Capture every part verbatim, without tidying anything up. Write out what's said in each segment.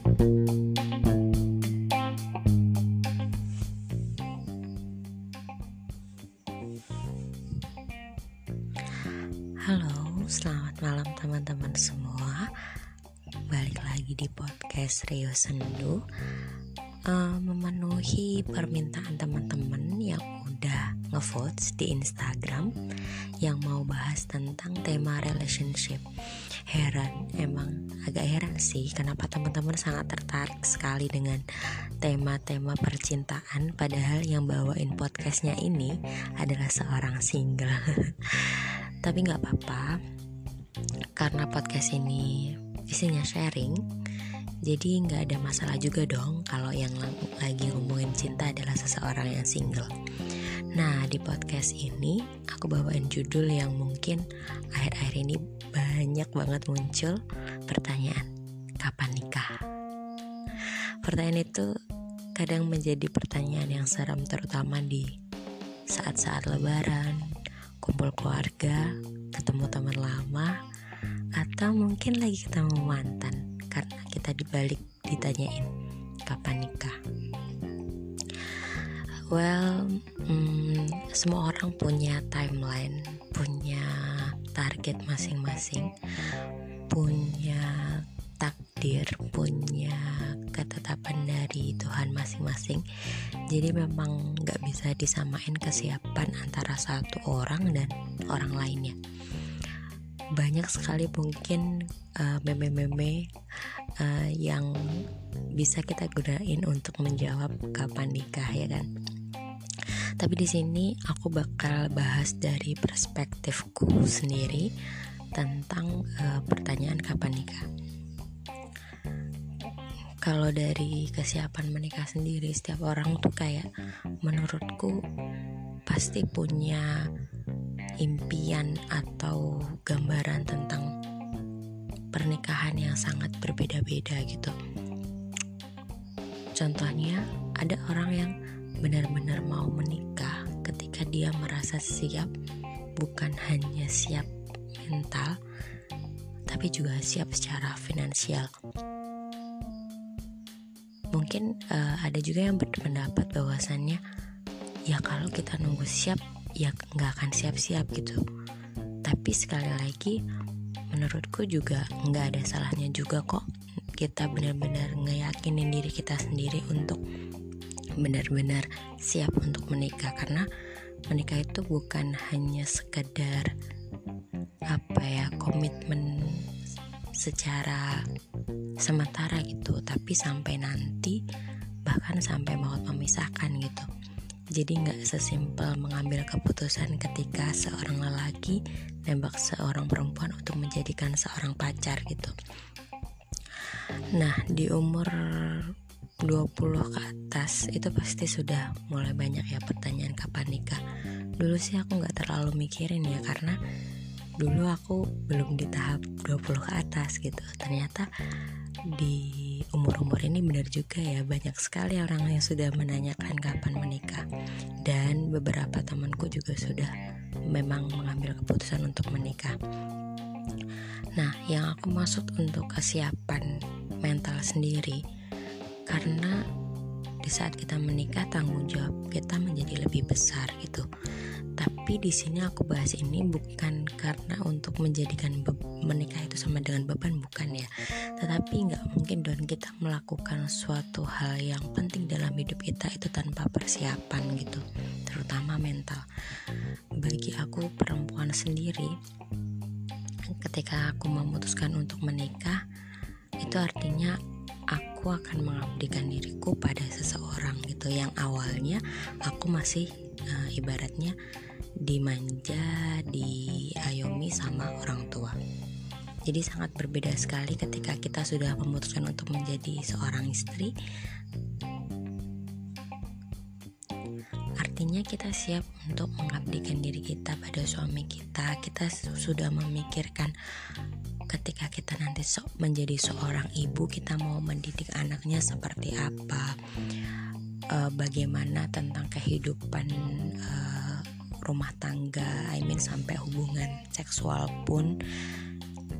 Halo, selamat malam teman-teman semua. Balik lagi di podcast Rio Sendu, uh, memenuhi permintaan teman-teman yang udah ngevote di Instagram yang mau bahas tentang tema relationship. Heran, emang agak heran sih kenapa teman-teman sangat tertarik sekali dengan tema-tema percintaan, padahal yang bawain podcastnya ini adalah seorang single. Tapi gak apa-apa, karena podcast ini isinya sharing, jadi gak ada masalah juga dong kalau yang lagi ngomongin cinta adalah seseorang yang single. Nah, di podcast ini aku bawain judul yang mungkin akhir-akhir ini banyak banget muncul pertanyaan, kapan nikah? Pertanyaan itu kadang menjadi pertanyaan yang seram, terutama di saat-saat lebaran, kumpul keluarga, ketemu teman lama, atau mungkin lagi ketemu mantan, karena kita dibalik ditanyain kapan nikah. Well, hmm, semua orang punya timeline, punya target masing-masing, punya takdir, punya ketetapan dari Tuhan masing-masing. Jadi memang gak bisa disamain kesiapan antara satu orang dan orang lainnya. Banyak sekali mungkin uh, meme-meme uh, yang bisa kita gunain untuk menjawab kapan nikah, ya kan? Tapi di sini aku bakal bahas dari perspektifku sendiri tentang uh, pertanyaan kapan nikah. Kalau dari kesiapan menikah sendiri, setiap orang tuh kayak menurutku pasti punya impian atau gambaran tentang pernikahan yang sangat berbeda-beda gitu. Contohnya, ada orang yang benar-benar mau menikah ketika dia merasa siap, bukan hanya siap mental, tapi juga siap secara finansial. Mungkin uh, ada juga yang berpendapat bahwasannya ya kalau kita nunggu siap ya nggak akan siap-siap gitu. Tapi sekali lagi menurutku juga nggak ada salahnya juga kok kita benar-benar ngeyakinin diri kita sendiri untuk benar-benar siap untuk menikah, karena menikah itu bukan hanya sekedar apa ya komitmen secara sementara gitu, tapi sampai nanti, bahkan sampai maut memisahkan gitu. Jadi gak sesimpel mengambil keputusan ketika seorang lelaki nembak seorang perempuan untuk menjadikan seorang pacar gitu. Nah, di umur dua puluh ke atas itu pasti sudah mulai banyak ya pertanyaan kapan nikah. Dulu sih aku gak terlalu mikirin ya, karena dulu aku belum di tahap dua puluh ke atas gitu. Ternyata di umur-umur ini benar juga ya, banyak sekali orang yang sudah menanyakan kapan menikah. Dan beberapa temanku juga sudah memang mengambil keputusan untuk menikah. Nah, yang aku maksud untuk kesiapan mental sendiri, karena di saat kita menikah tanggung jawab kita menjadi lebih besar gitu. Tapi di sini aku bahas ini bukan karena untuk menjadikan be- menikah itu sama dengan beban, bukan ya. Tetapi nggak mungkin dong kita melakukan suatu hal yang penting dalam hidup kita itu tanpa persiapan gitu, terutama mental. Bagi aku perempuan sendiri, ketika aku memutuskan untuk menikah, itu artinya aku akan mengabdikan diriku pada seseorang gitu, yang awalnya aku masih uh, ibaratnya dimanja, diayomi sama orang tua. Jadi sangat berbeda sekali ketika kita sudah memutuskan untuk menjadi seorang istri. Artinya kita siap untuk mengabdikan diri kita pada suami kita. Kita sudah memikirkan ketika kita nanti so- menjadi seorang ibu, kita mau mendidik anaknya seperti apa, uh, bagaimana tentang kehidupan uh, rumah tangga, I mean sampai hubungan seksual pun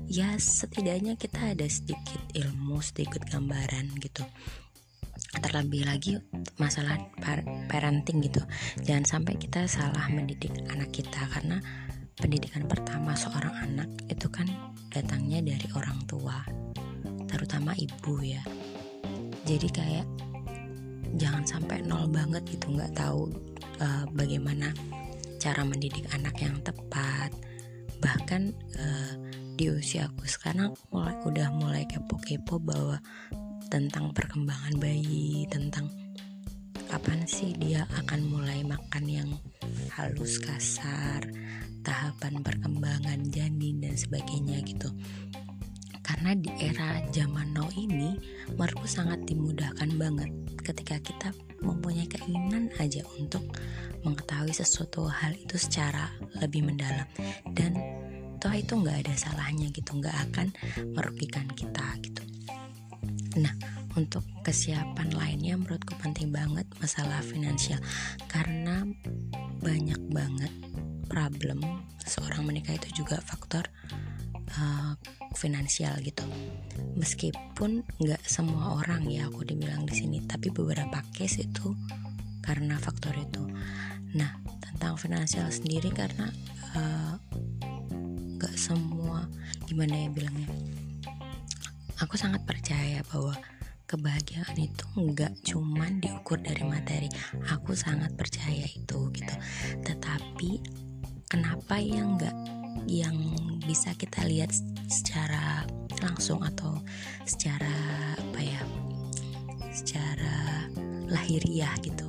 ya setidaknya kita ada sedikit ilmu, sedikit gambaran gitu. Terlebih lagi masalah parenting gitu, jangan sampai kita salah mendidik anak kita, karena pendidikan pertama seorang anak itu kan datangnya dari orang tua, terutama ibu ya. Jadi kayak jangan sampai nol banget gitu, nggak tahu uh, bagaimana cara mendidik anak yang tepat. Bahkan uh, di usiaku sekarang mulai udah mulai kepo-kepo bahwa tentang perkembangan bayi, tentang kapan sih dia akan mulai makan yang halus kasar, tahapan perkembangan janin dan sebagainya gitu. Karena di era zaman now ini menurutku sangat dimudahkan banget ketika kita mempunyai keinginan aja untuk mengetahui sesuatu hal itu secara lebih mendalam, dan toh itu nggak ada salahnya gitu, nggak akan merugikan kita gitu. Nah, untuk kesiapan lainnya menurutku penting banget masalah finansial, karena banyak banget problem seorang menikah itu juga faktor uh, finansial gitu. Meskipun nggak semua orang ya aku dibilang di sini, tapi beberapa case itu karena faktor itu. Nah, tentang finansial sendiri karena nggak uh, semua, gimana ya bilangnya, aku sangat percaya bahwa kebahagiaan itu nggak cuman diukur dari materi. Aku sangat percaya itu gitu. Tetapi kenapa yang nggak, yang bisa kita lihat secara langsung atau secara apa ya, secara lahiriah gitu,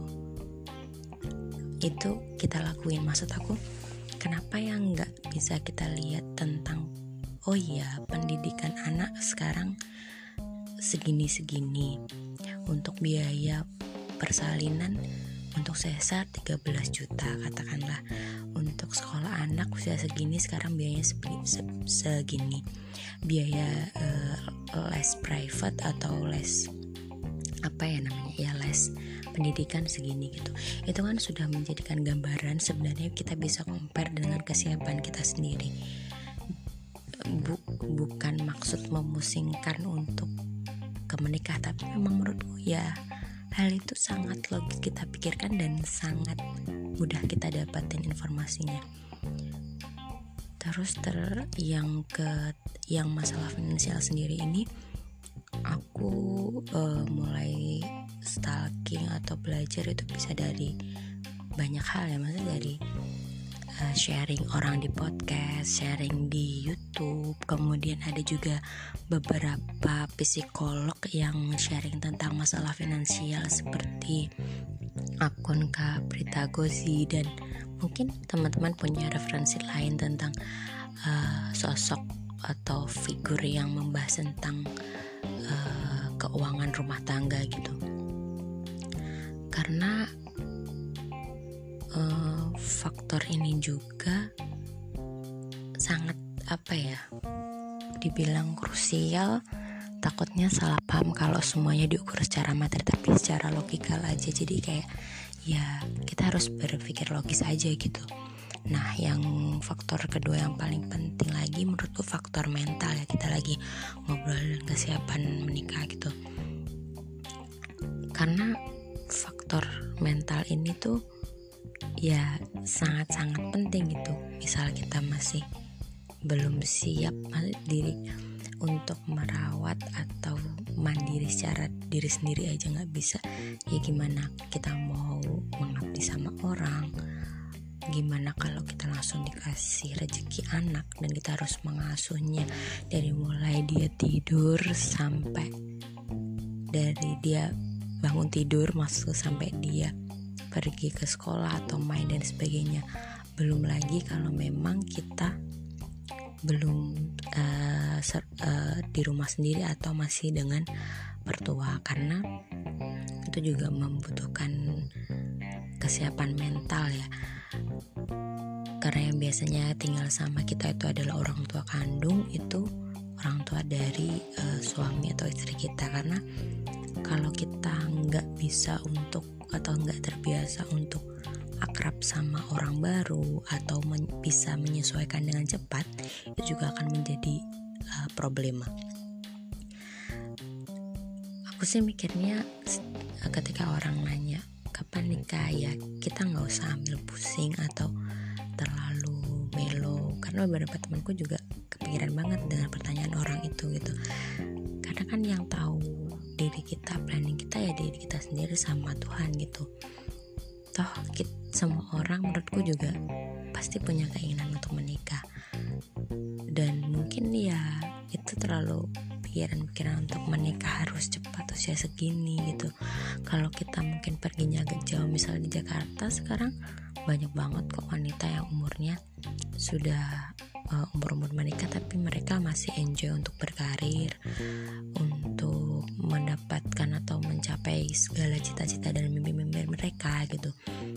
itu kita lakuin. Maksud aku, kenapa yang nggak bisa kita lihat tentang, oh iya, pendidikan anak sekarang segini-segini, untuk biaya persalinan untuk sesar tiga belas juta katakanlah, untuk sekolah anak usia segini sekarang biayanya segini, biaya uh, les private atau les apa ya namanya ya les pendidikan segini gitu. Itu kan sudah menjadikan gambaran sebenarnya kita bisa compare dengan kesiapan kita sendiri. Buk, bukan maksud memusingkan untuk ke menikah, tapi memang menurutku ya hal itu sangat logis kita pikirkan dan sangat mudah kita dapatin informasinya. Terus ter yang ke yang masalah finansial sendiri ini, aku uh, mulai stalking atau belajar itu bisa dari banyak hal ya, maksudnya dari Uh, sharing orang di podcast, sharing di YouTube, kemudian ada juga beberapa psikolog yang sharing tentang masalah finansial seperti akun Kak Prita Gozi, dan mungkin teman-teman punya referensi lain tentang uh, sosok atau figur yang membahas tentang uh, keuangan rumah tangga gitu. Karena Uh, faktor ini juga sangat apa ya, dibilang krusial. Takutnya salah paham kalau semuanya diukur secara materi, tapi secara logikal aja. Jadi kayak ya kita harus berpikir logis aja gitu. Nah, yang faktor kedua yang paling penting lagi menurutku faktor mental ya. Kita lagi ngobrol kesiapan menikah gitu, karena faktor mental ini tuh ya sangat-sangat penting gitu. Misal kita masih belum siap diri untuk merawat atau mandiri secara diri sendiri aja nggak bisa, ya gimana kita mau mengabdi sama orang? Gimana kalau kita langsung dikasih rezeki anak dan kita harus mengasuhnya dari mulai dia tidur sampai dari dia bangun tidur masuk sampai dia pergi ke sekolah atau main dan sebagainya. Belum lagi kalau memang kita belum uh, ser, uh, di rumah sendiri atau masih dengan mertua, karena itu juga membutuhkan kesiapan mental ya. Karena yang biasanya tinggal sama kita itu adalah orang tua kandung, itu orang tua dari uh, suami atau istri kita. Karena kalau kita nggak bisa untuk atau nggak terbiasa untuk akrab sama orang baru atau men- bisa menyesuaikan dengan cepat, itu juga akan menjadi uh, problema. Aku sih mikirnya ketika orang nanya kapan nikah, ya kita nggak usah ambil pusing atau terlalu melo, karena beberapa temanku juga kepikiran banget dengan pertanyaan orang itu gitu. Karena kan yang tahu diri kita, planning kita ya diri kita sendiri sama Tuhan gitu. Toh kita, semua orang menurutku juga pasti punya keinginan untuk menikah, dan mungkin ya itu terlalu pikiran-pikiran untuk menikah harus cepat usia segini gitu. Kalau kita mungkin perginya agak jauh, misalnya di Jakarta sekarang banyak banget kok wanita yang umurnya sudah uh, umur-umur menikah tapi mereka masih enjoy untuk berkarir, untuk mendapatkan atau mencapai segala cita-cita dan mimpi-mimpi mereka gitu.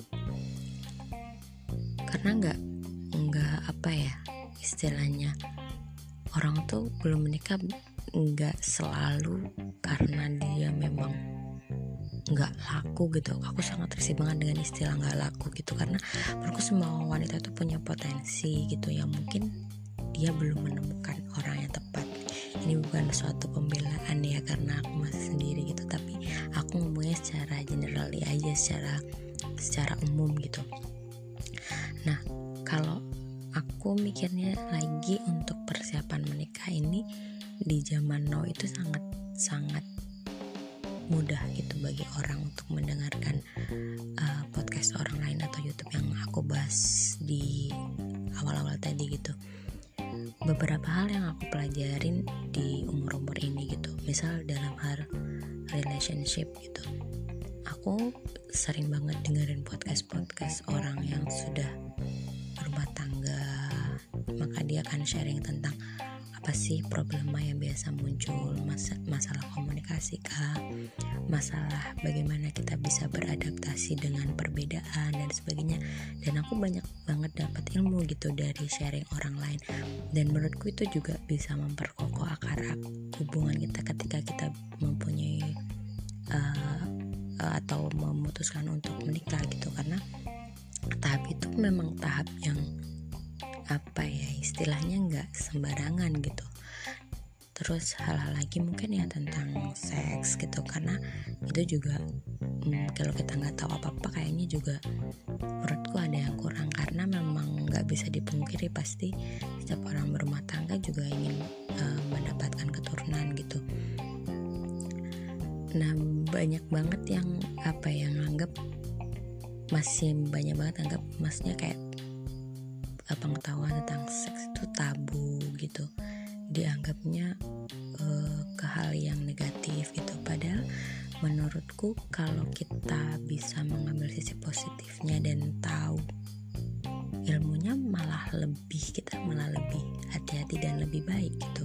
Karena nggak nggak apa ya istilahnya, orang tuh belum menikah nggak selalu karena dia memang nggak laku gitu. Aku sangat risih banget dengan istilah nggak laku gitu, karena menurutku semua wanita itu punya potensi gitu, yang mungkin dia belum menemukan orang yang tepat. Ini bukan suatu pembelaan ya karena aku masih sendiri gitu, tapi aku ngomongnya secara generally aja, secara secara umum gitu. Nah, kalau aku mikirnya lagi untuk persiapan menikah ini di zaman now itu sangat sangat mudah gitu bagi orang untuk mendengarkan uh, podcast orang lain atau YouTube yang aku bahas di awal-awal tadi gitu. Beberapa hal yang aku pelajarin di umur-umur ini gitu, misal dalam hal relationship gitu, aku sering banget dengerin podcast-podcast orang yang sudah berumah tangga, maka dia akan sharing tentang apa sih problema yang biasa muncul, mas- masalah komunikasi kah, masalah bagaimana kita bisa beradaptasi dengan perbedaan dan sebagainya. Dan aku banyak banget dapat ilmu gitu dari sharing orang lain, dan menurutku itu juga bisa memperkokoh akar hubungan kita ketika kita mempunyai uh, uh, atau memutuskan untuk menikah gitu. Karena tahap itu memang tahap yang apa ya istilahnya nggak sembarangan gitu. Terus hal-hal lagi mungkin ya tentang seks gitu, karena itu juga hmm, kalau kita nggak tahu apa-apa kayaknya juga menurutku ada yang kurang, karena memang nggak bisa dipungkiri pasti setiap orang berumah tangga juga ingin uh, mendapatkan keturunan gitu. Nah banyak banget yang apa yang nganggap, masih banyak banget anggap maksudnya kayak pengetahuan tentang seks itu tabu gitu, dianggapnya uh, ke hal yang negatif gitu. Padahal menurutku kalau kita bisa mengambil sisi positifnya dan tahu ilmunya, malah lebih kita malah lebih hati-hati dan lebih baik gitu.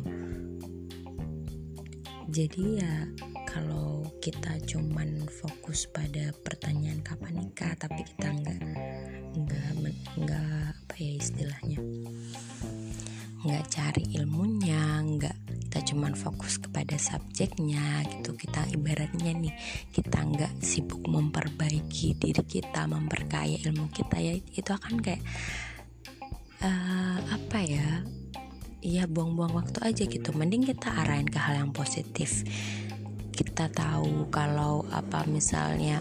Jadi ya kalau kita cuman fokus pada pertanyaan kapan nikah tapi kita nggak nggak nggak apa ya istilahnya nggak cari ilmunya, nggak kita cuman fokus kepada subjeknya gitu, kita ibaratnya nih kita nggak sibuk memperbaiki diri kita, memperkaya ilmu kita, ya itu akan kayak uh, apa ya ya buang-buang waktu aja gitu. Mending kita arahin ke hal yang positif. Kita tahu kalau apa misalnya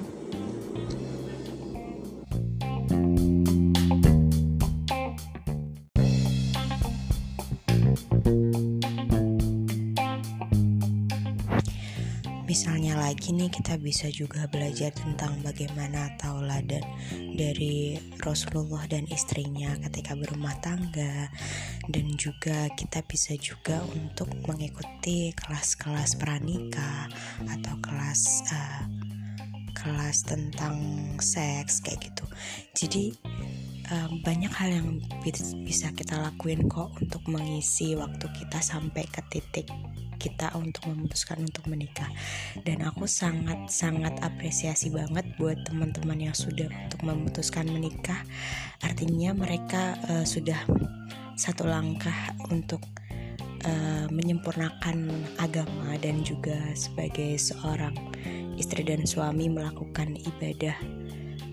Misalnya lagi nih kita bisa juga belajar tentang bagaimana tauladan dari Rasulullah dan istrinya ketika berumah tangga, dan juga kita bisa juga untuk mengikuti kelas-kelas pranikah atau kelas uh, kelas tentang seks kayak gitu. Jadi uh, banyak hal yang bisa kita lakuin kok untuk mengisi waktu kita sampai ke titik kita untuk memutuskan untuk menikah. Dan aku sangat-sangat apresiasi banget buat teman-teman yang sudah untuk memutuskan menikah. Artinya mereka uh, sudah satu langkah untuk uh, menyempurnakan agama, dan juga sebagai seorang istri dan suami melakukan ibadah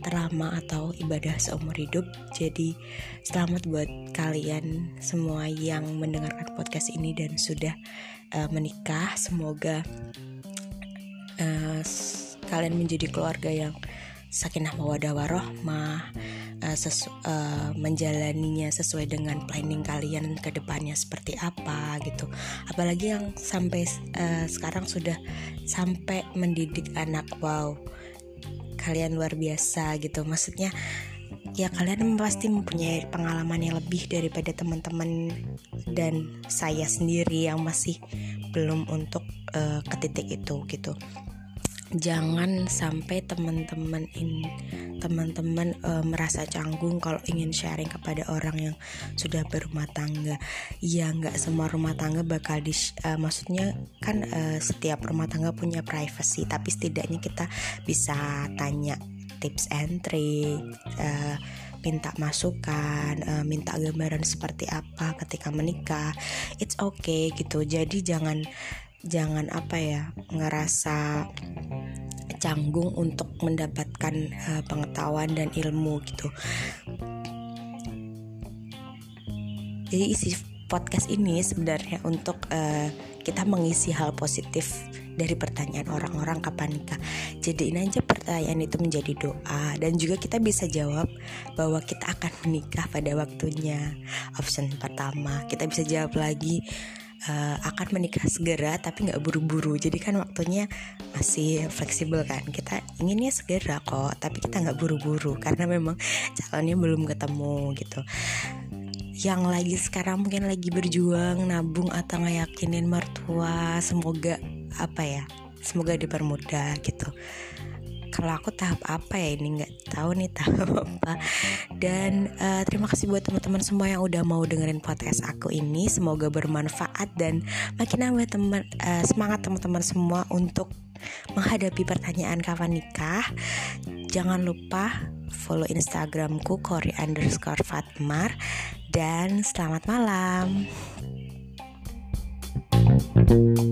terlama atau ibadah seumur hidup. Jadi selamat buat kalian semua yang mendengarkan podcast ini dan sudah uh, menikah. Semoga uh, kalian menjadi keluarga yang sakinah mawaddah warahmah, uh, sesu- uh, menjalaninya sesuai dengan planning kalian ke depannya seperti apa gitu. Apalagi yang sampai uh, sekarang sudah sampai mendidik anak. Wow, kalian luar biasa gitu. Maksudnya ya kalian pasti mempunyai pengalaman yang lebih daripada teman-teman dan saya sendiri yang masih belum untuk uh, ke titik itu gitu. Jangan sampai teman-teman in, teman-teman uh, merasa canggung kalau ingin sharing kepada orang yang sudah berumah tangga. Ya nggak semua rumah tangga bakal di, uh, maksudnya kan uh, setiap rumah tangga punya privacy, tapi setidaknya kita bisa tanya tips and trick, uh, minta masukan, uh, minta gambaran seperti apa ketika menikah. It's okay gitu. Jadi jangan jangan apa ya ngerasa canggung untuk mendapatkan uh, pengetahuan dan ilmu gitu. Jadi isi podcast ini sebenarnya untuk uh, kita mengisi hal positif dari pertanyaan orang-orang kapan nikah. Jadiin aja pertanyaan itu menjadi doa, dan juga kita bisa jawab bahwa kita akan menikah pada waktunya. Option pertama, kita bisa jawab lagi Uh, akan menikah segera tapi gak buru-buru. Jadi kan waktunya masih fleksibel kan. Kita inginnya segera kok, tapi kita gak buru-buru karena memang calonnya belum ketemu gitu. Yang lagi sekarang mungkin lagi berjuang nabung atau ngeyakinin mertua, semoga apa ya, semoga dipermudah gitu. Kalau aku tahap apa ya ini nggak tahu nih tahap apa. Dan uh, terima kasih buat teman-teman semua yang udah mau dengerin podcast aku ini. Semoga bermanfaat dan makin nambah teman uh, semangat teman-teman semua untuk menghadapi pertanyaan kapan nikah. Jangan lupa follow Instagramku Kori underscore Fatmar. Dan selamat malam.